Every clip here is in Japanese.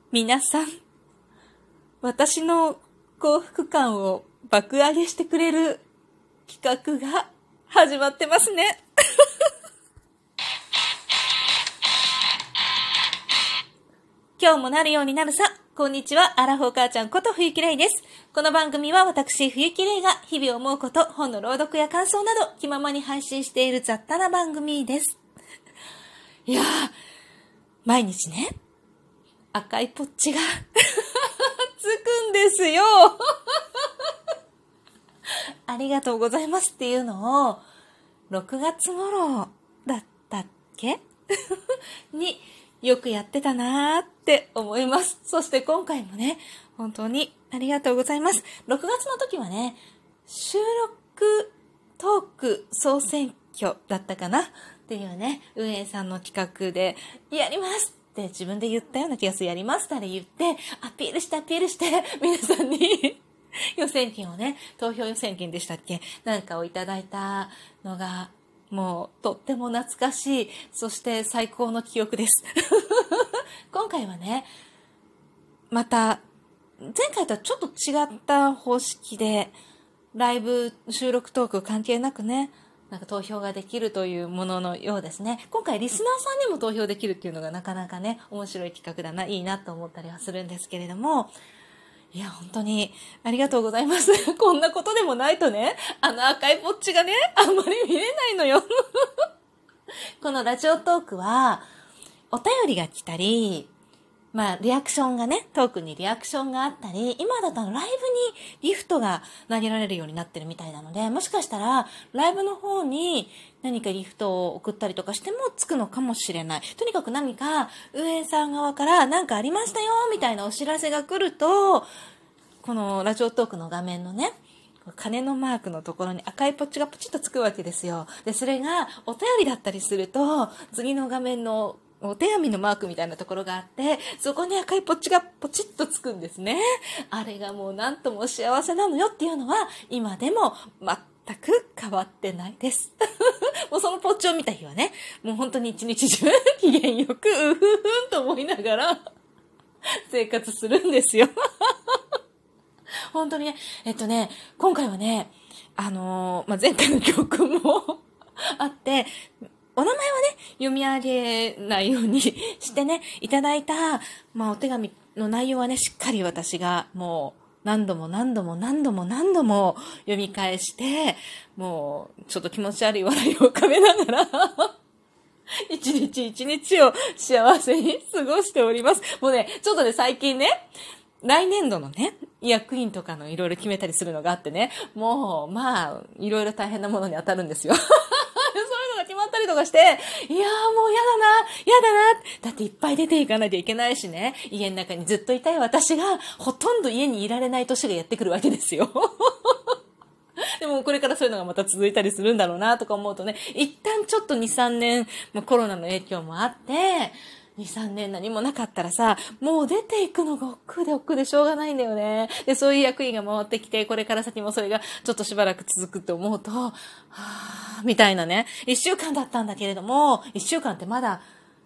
皆さん、私の幸福感を爆上げしてくれる企画が始まってますね。今日もなるようになるさ。こんにちは、アラフォー母ちゃんこと冬木玲です。この番組は私冬木玲が日々思うこと、本の朗読や感想など気ままに配信している雑多な番組です。いやー、毎日ね、赤いポッチがつくんですよ。ありがとうございますっていうのを6月頃だったっけによくやってたなーって思います。そして今回もね、本当にありがとうございます。6月の時はね、収録トーク総選挙だったかなっていうね、運営さんの企画でやりますって自分で言ったような気がする。やりますって言ってアピールして皆さんに予選金をね、投票予選金でしたっけなんかをいただいたのがもうとっても懐かしい、そして最高の記憶です今回はね、また前回とはちょっと違った方式でライブ収録トーク関係なくね、なんか投票ができるというもののようですね。今回リスナーさんにも投票できるっていうのがなかなかね、面白い企画だな、いいなと思ったりはするんですけれども、いや本当にありがとうございますこんなことでもないとね、あの赤いポッチがね、あんまり見れないのよこのラジオトークはお便りが来たり、リアクションがね、トークにリアクションがあったり、今だとライブにギフトが投げられるようになってるみたいなので、もしかしたらライブの方に何かギフトを送ったりとかしてもつくのかもしれない。とにかく何か運営さん側から何かありましたよみたいなお知らせが来ると、このラジオトークの画面のね、鐘のマークのところに赤いポッチがポチッとつくわけですよ。で、それがお便りだったりすると、次の画面のお手紙のマークみたいなところがあって、そこに赤いポッチがポチッとつくんですね。あれがもうなんとも幸せなのよっていうのは、今でも全く変わってないです。もうそのポッチを見た日はね、もう本当に一日中機嫌よく、うふふんと思いながら生活するんですよ。本当にね、今回はね、前回の教訓もあって、お名前はね、読み上げないようにしてね、いただいた、お手紙の内容はね、しっかり私がもう何度も読み返して、もうちょっと気持ち悪い笑いを浮かべながら、一日一日を幸せに過ごしております。もうね、ちょっとね、最近ね、来年度のね、役員とかのいろいろ決めたりするのがあってね、もう、いろいろ大変なものに当たるんですよ。そういうのが決まったりとかして、いやーもうやだな。だっていっぱい出ていかないといけないしね、家の中にずっといたい私が、ほとんど家にいられない年がやってくるわけですよ。でもこれからそういうのがまた続いたりするんだろうなとか思うとね、一旦ちょっと2、3年、コロナの影響もあって、2、3年何もなかったらさ、もう出ていくのが億劫でしょうがないんだよね。で、そういう役員が回ってきて、これから先もそれがちょっとしばらく続くって思うと、みたいなね。1週間だったんだけれども、1週間ってまだ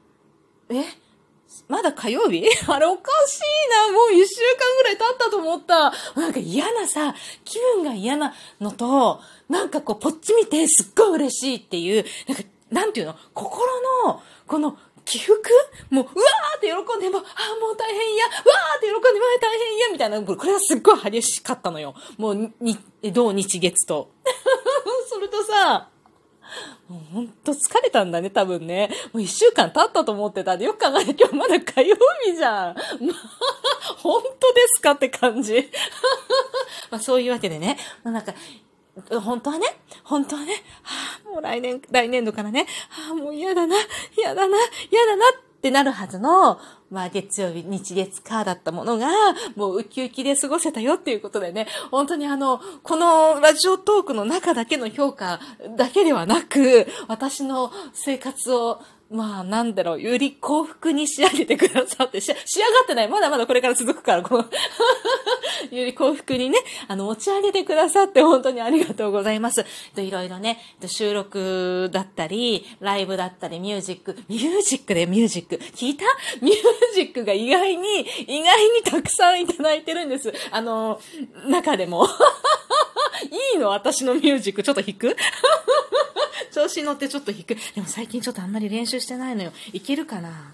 火曜日あれおかしいな。もう1週間ぐらい経ったと思った。なんか嫌なさ、気分が嫌なのと、なんかこう、ポッチ見てすっごい嬉しいっていう、なんていうの、心の、この、起伏もう、うわーって喜んでも、もう大変や、わーって喜んでも、大変や、みたいな、これがすっごい激しかったのよ。もう、土日月と。それとさ、もうほんと疲れたんだね、多分ね。もう1週間経ったと思ってたんで、よく考えて今日まだ火曜日じゃん。本当ですかって感じ。そういうわけでね、本当はね、もう来年度からね、もう嫌だなってなるはずの、月曜日、日月火だったものが、もうウキウキで過ごせたよっていうことでね、本当にこのラジオトークの中だけの評価だけではなく、私の生活を、より幸福に仕上げてくださって、仕上がってない。まだまだこれから続くから、 幸福にね、持ち上げてくださって本当にありがとうございます。いろいろね、収録だったり、ライブだったり、ミュージックでミュージック。聞いた？ミュージックが意外にたくさんいただいてるんです。中でも。いいの？私のミュージックちょっと弾く？調子に乗ってちょっと弾く。でも最近ちょっとあんまり練習してないのよ。いけるかな？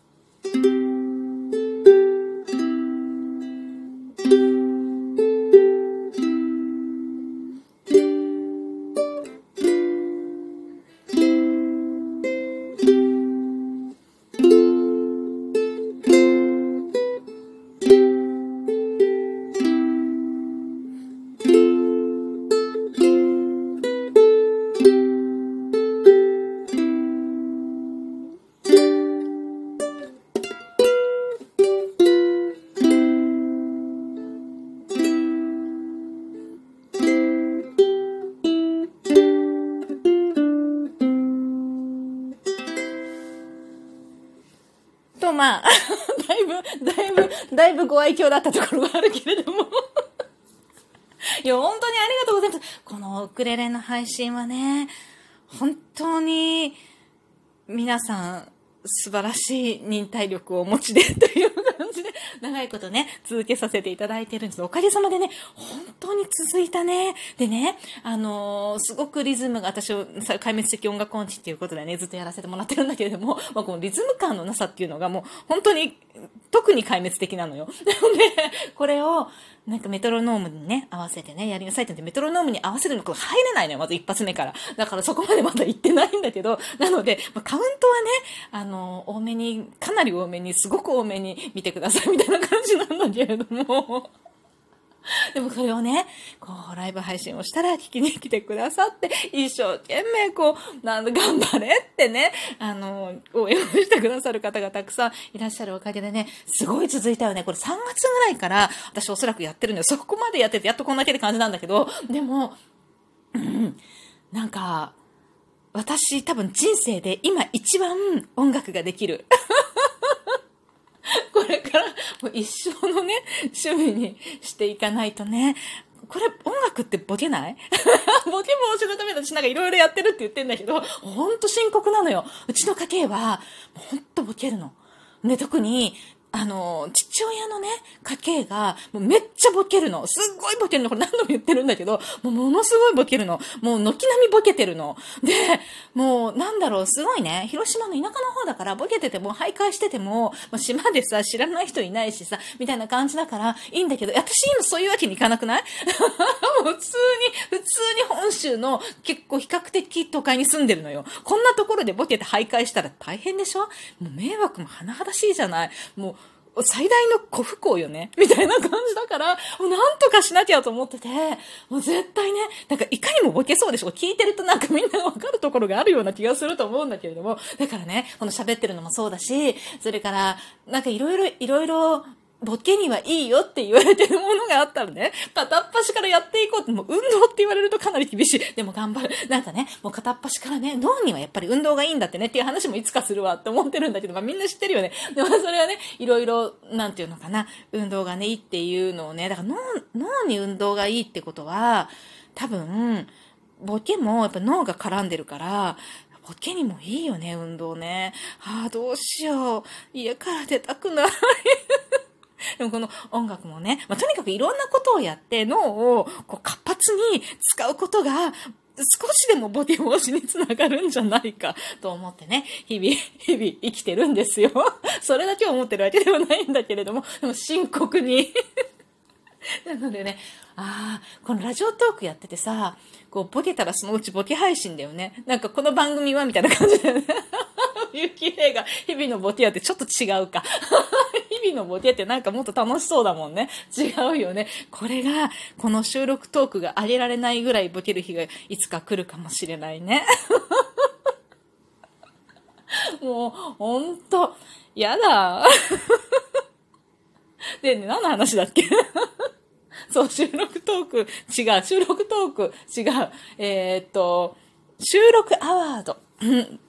まあ、だいぶご愛嬌だったところがあるけれども。いや、本当にありがとうございます。このウクレレの配信はね、本当に皆さん素晴らしい忍耐力をお持ちでという感じで長いことね続けさせていただいてるんです。おかげさまでね本当に続いたね。でねすごくリズムが私を壊滅的音楽音痴っていうことでねずっとやらせてもらってるんだけれども、このリズム感のなさっていうのがもう本当に特に壊滅的なのよ。でこれをなんかメトロノームにね合わせてねやりなさいって言ってメトロノームに合わせるのこれ入れないのよ、まず一発目から。だからそこまでまだ行ってないんだけど、なので、カウントはね多めに、かなり多めに、すごく多めに見てくださいみたいな感じなんだけれどもでもそれをねこうライブ配信をしたら聞きに来てくださって一生懸命こう頑張れってね応援をしてくださる方がたくさんいらっしゃるおかげでねすごい続いたよね。これ3月ぐらいから私おそらくやってるんだよ。そこまでやっててやっとこんだけって感じなんだけど、でもなんか私多分人生で今一番音楽ができるこれからもう一生のね趣味にしていかないとね。これ音楽ってボケないボケ防止のためだし、なんかいろいろやってるって言ってんだけどほんと深刻なのよ。うちの家系はほんとボケるので、特に父親のね家系がもうめっちゃボケるの。すっごいボケるの。これ何度も言ってるんだけどものすごいボケるの。もう軒並みボケてるので、もうなんだろう、すごいね、広島の田舎の方だからボケてても徘徊してても、島でさ知らない人いないしさみたいな感じだからいいんだけど、私今そういうわけにいかなくないもう普通に本州の結構比較的都会に住んでるのよ。こんなところでボケて徘徊したら大変でしょ。もう迷惑も甚だしいじゃない。もう最大の小不幸よねみたいな感じだから、もうなんとかしなきゃと思ってて、もう絶対ね、なんかいかにもボケそうでしょ。聞いてるとなんかみんながわかるところがあるような気がすると思うんだけれども、だからね、この喋ってるのもそうだし、それからなんかいろいろボケにはいいよって言われてるものがあったらね、片っ端からやっていこうって。もう運動って言われるとかなり厳しい。でも頑張る。なんかね、もう片っ端からね、脳にはやっぱり運動がいいんだってねっていう話もいつかするわって思ってるんだけど、みんな知ってるよね。でもそれはね、いろいろ、なんていうのかな、運動がね、いいっていうのをね、だから脳に運動がいいってことは、多分、ボケもやっぱ脳が絡んでるから、ボケにもいいよね、運動ね。どうしよう。家から出たくない。でもこの音楽もね、とにかくいろんなことをやって脳をこう活発に使うことが少しでもボケ防止につながるんじゃないかと思ってね、日々生きてるんですよ。それだけを思ってるわけではないんだけれども、でも深刻に。なのでね、このラジオトークやっててさ、こうボケたらそのうちボケ配信だよね。なんかこの番組はみたいな感じだよね。ゆきれいが日々のボケやってちょっと違うか。日々のボケってなんかもっと楽しそうだもんね。違うよね。これが、この収録トークが上げられないぐらいボケる日がいつか来るかもしれないね。もう、ほんと、やだ。で、何の話だっけそう、収録トーク違う。収録トーク違う。収録アワード。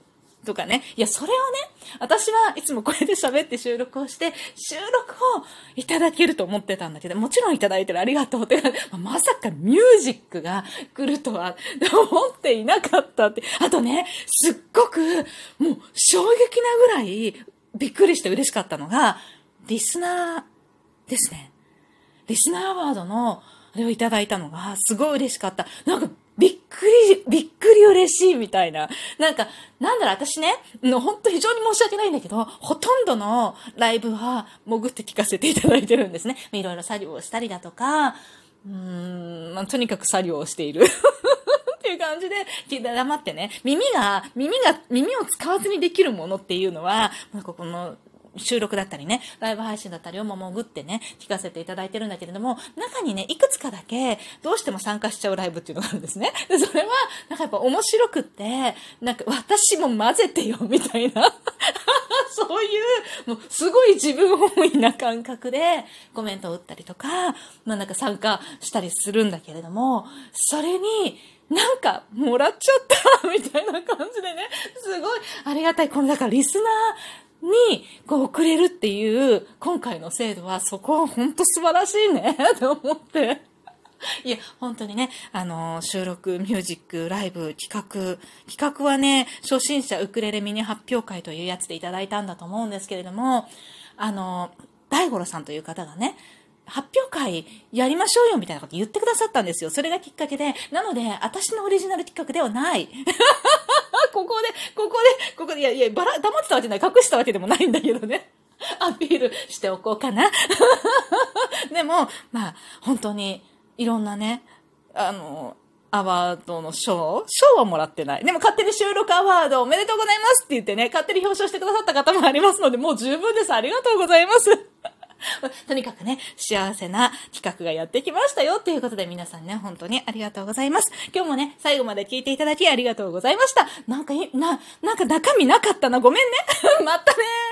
とかね。いや、それをね、私はいつもこれで喋って収録をして、収録をいただけると思ってたんだけど、もちろんいただいてるありがとうって、まさかミュージックが来るとは思っていなかったって。あとね、すっごくもう衝撃なぐらいびっくりして嬉しかったのが、リスナーですね。リスナーアワードのあれをいただいたのがすごい嬉しかった。なんかびっくり嬉しいみたいな。なんだろう、私ね、本当非常に申し訳ないんだけど、ほとんどのライブは潜って聞かせていただいてるんですね。いろいろ作業をしたりだとか、とにかく作業をしている。っていう感じで、黙ってね、耳を使わずにできるものっていうのは、なんかこの、収録だったりね、ライブ配信だったりをも潜ってね、聞かせていただいてるんだけれども、中にね、いくつかだけ、どうしても参加しちゃうライブっていうのがあるんですね。で、それは、なんかやっぱ面白くって、なんか私も混ぜてよ、みたいな。そういう、もうすごい自分本位な感覚でコメントを打ったりとか、なんか参加したりするんだけれども、それに、なんか、もらっちゃったみたいな感じでね、すごいありがたい。この、だからリスナー、に、送れるっていう、今回の制度は、そこは本当素晴らしいね、と思って。いや、本当にね、収録、ミュージック、ライブ、企画はね、初心者ウクレレミニ発表会というやつでいただいたんだと思うんですけれども、大五郎さんという方がね、発表会やりましょうよみたいなこと言ってくださったんですよ。それがきっかけで、なので、私のオリジナル企画ではない。ここで、いや、黙ってたわけない、隠したわけでもないんだけどね。アピールしておこうかな。でも、本当に、いろんなね、アワードの賞はもらってない。でも勝手に収録アワードおめでとうございますって言ってね、勝手に表彰してくださった方もありますので、もう十分です。ありがとうございます。とにかくね、幸せな企画がやってきましたよっていうことで皆さんね、本当にありがとうございます。今日もね、最後まで聞いていただきありがとうございました。なんか中身なかったな。ごめんね。またねー。